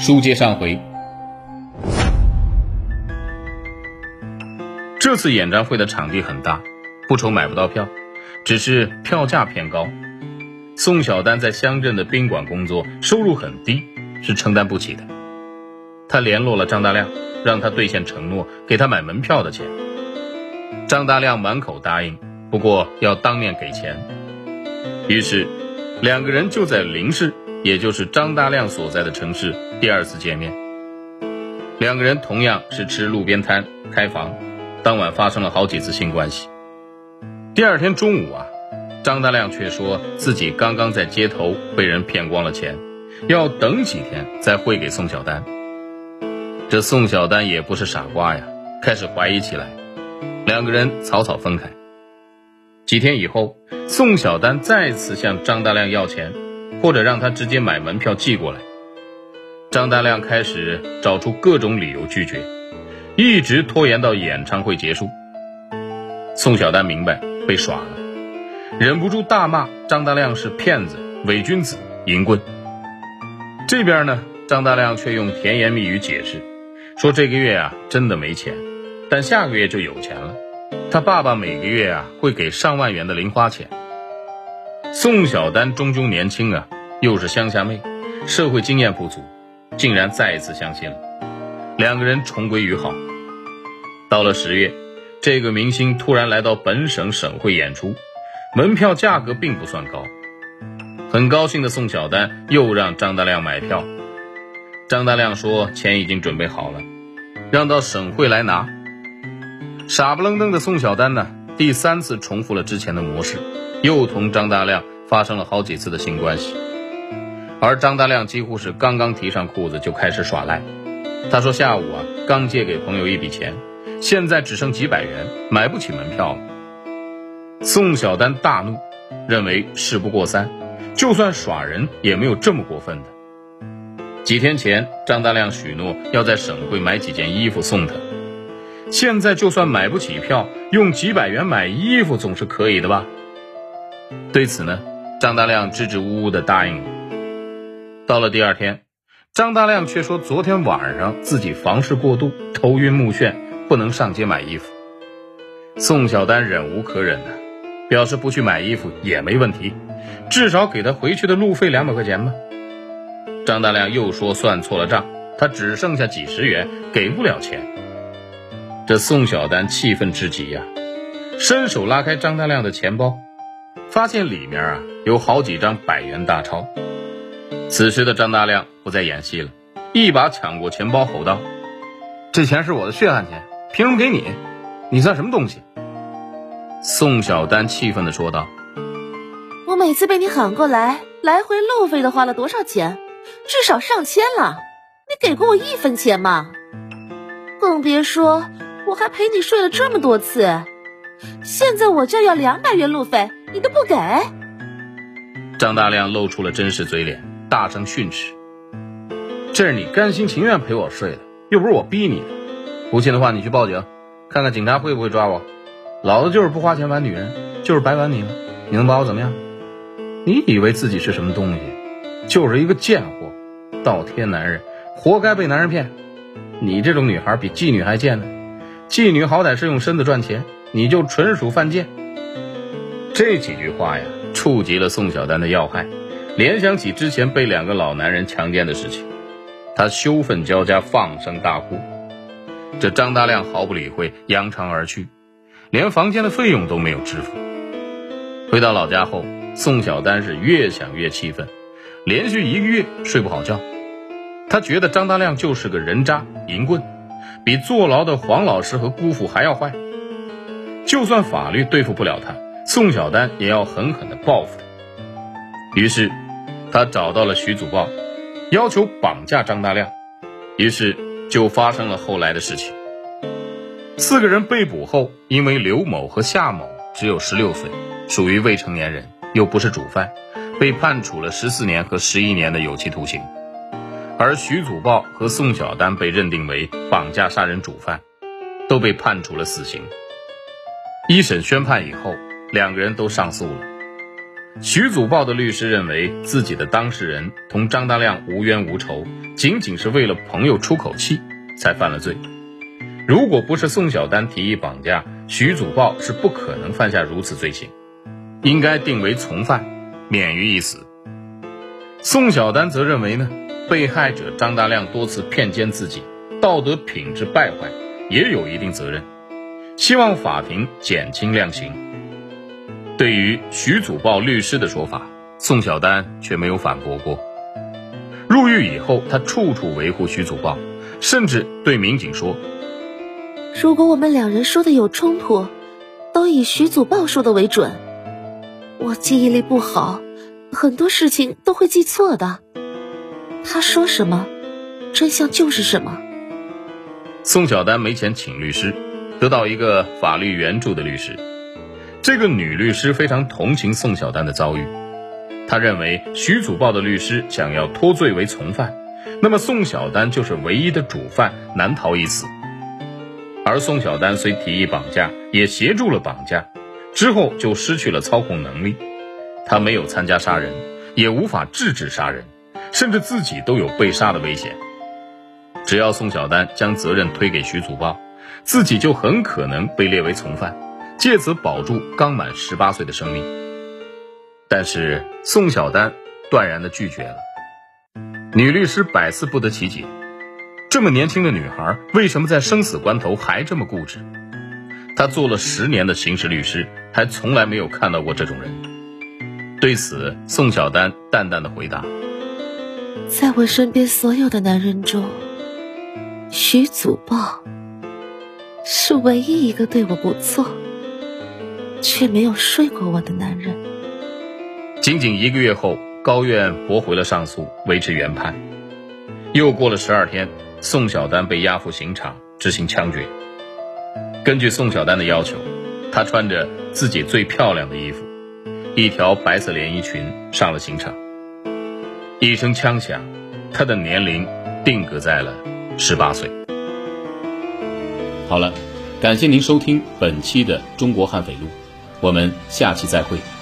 书接上回，这次演唱会的场地很大，不愁买不到票，只是票价偏高。宋小丹在乡镇的宾馆工作，收入很低，是承担不起的。他联络了张大亮，让他兑现承诺，给他买门票的钱。张大亮满口答应，不过要当面给钱。于是两个人就在临市，也就是张大亮所在的城市第二次见面。两个人同样是吃路边摊开房，当晚发生了好几次性关系。第二天中午张大亮却说自己刚刚在街头被人骗光了钱，要等几天再汇给宋小丹。这宋小丹也不是傻瓜呀，开始怀疑起来。两个人草草分开。几天以后，宋小丹再次向张大亮要钱，或者让他直接买门票寄过来。张大亮开始找出各种理由拒绝，一直拖延到演唱会结束。宋小丹明白被耍了，忍不住大骂张大亮是骗子、伪君子、淫棍。这边呢，张大亮却用甜言蜜语解释，说这个月真的没钱，但下个月就有钱了。他爸爸每个月会给上万元的零花钱。宋小丹终究年轻又是乡下妹，社会经验不足，竟然再一次相信了。两个人重归于好。到了10月，这个明星突然来到本省省会演出，门票价格并不算高。很高兴的宋小丹又让张大亮买票。张大亮说钱已经准备好了，让到省会来拿。傻不愣登的宋小丹第3次重复了之前的模式，又同张大亮发生了好几次的性关系。而张大亮几乎是刚刚提上裤子就开始耍赖。他说下午刚借给朋友一笔钱，现在只剩几百元，买不起门票了。宋小丹大怒，认为事不过三，就算耍人也没有这么过分的。几天前张大亮许诺要在省会买几件衣服送他，现在就算买不起票，用几百元买衣服总是可以的吧？对此呢，张大亮支支吾吾地答应了。到了第二天，张大亮却说昨天晚上自己房事过度，头晕目眩，不能上街买衣服。宋小丹忍无可忍表示不去买衣服也没问题，至少给他回去的路费200块钱吧。张大亮又说算错了账，他只剩下几十元，给不了钱。这宋小丹气愤之极伸手拉开张大亮的钱包，发现里面有好几张100元大钞。此时的张大亮不再演戏了，一把抢过钱包，吼道：这钱是我的血汗钱，凭什么给你？你算什么东西？宋小丹气愤地说道： 我每次被你喊过来，来回路费都花了多少钱？至少上千了，你给过我1分钱吗？更别说我还陪你睡了这么多次，现在我这要200元路费，你都不给。 张大亮露出了真实嘴脸，大声训斥：这是你甘心情愿陪我睡的，又不是我逼你的。不信的话你去报警，看看警察会不会抓我。老子就是不花钱玩女人，就是白玩你了，你能把我怎么样？你以为自己是什么东西？就是一个贱货，倒贴男人，活该被男人骗。你这种女孩比妓女还贱呢，妓女好歹是用身子赚钱，你就纯属犯贱。这几句话触及了宋小丹的要害，联想起之前被2个老男人强奸的事情，他羞愤交加，放声大哭。这张大亮毫不理会，扬长而去，连房间的费用都没有支付。回到老家后，宋小丹是越想越气愤，连续1个月睡不好觉。他觉得张大亮就是个人渣淫棍，比坐牢的黄老师和姑父还要坏。就算法律对付不了他，宋小丹也要狠狠地报复他。于是他找到了徐祖豹，要求绑架张大亮，于是就发生了后来的事情。4个人被捕后，因为刘某和夏某只有16岁，属于未成年人，又不是主犯，被判处了14年和11年的有期徒刑。而徐祖豹和宋小丹被认定为绑架杀人主犯，都被判处了死刑。一审宣判以后，2个人都上诉了。 徐祖豹的律师认为自己的当事人同张大亮无冤无仇，仅仅是为了朋友出口气才犯了罪。如果不是宋小丹提议绑架，徐祖豹是不可能犯下如此罪行，应该定为从犯，免于一死。宋小丹则认为呢，被害者张大亮多次骗奸自己，道德品质败坏，也有一定责任，希望法庭减轻量刑。对于徐祖豹律师的说法，宋小丹却没有反驳过。入狱以后，他处处维护徐祖豹，甚至对民警说， 如果我们两人说的有冲突，都以徐祖豹说的为准。我记忆力不好，很多事情都会记错的。他说什么，真相就是什么。 宋小丹没钱请律师，得到一个法律援助的律师。这个女律师非常同情宋小丹的遭遇，她认为徐祖豹的律师想要脱罪为从犯，那么宋小丹就是唯一的主犯，难逃一死。而宋小丹虽提议绑架，也协助了绑架，之后就失去了操控能力。他没有参加杀人，也无法制止杀人，甚至自己都有被杀的危险。只要宋小丹将责任推给徐祖豹，自己就很可能被列为从犯，借此保住刚满18岁的生命。但是宋小丹断然地拒绝了。女律师百思不得其解，这么年轻的女孩为什么在生死关头还这么固执？她做了10年的刑事律师，还从来没有看到过这种人。对此，宋小丹淡淡地回答， 在我身边所有的男人中，徐祖豹是唯一一个对我不错却没有睡过我的男人。 仅仅1个月后，高院驳回了上诉，维持原判。又过了12天，宋小丹被押赴刑场执行枪决。根据宋小丹的要求，她穿着自己最漂亮的衣服，一条白色连衣裙上了刑场。一声枪响，她的年龄定格在了18岁。 好了，感谢您收听本期的中国悍匪录，我们下期再会。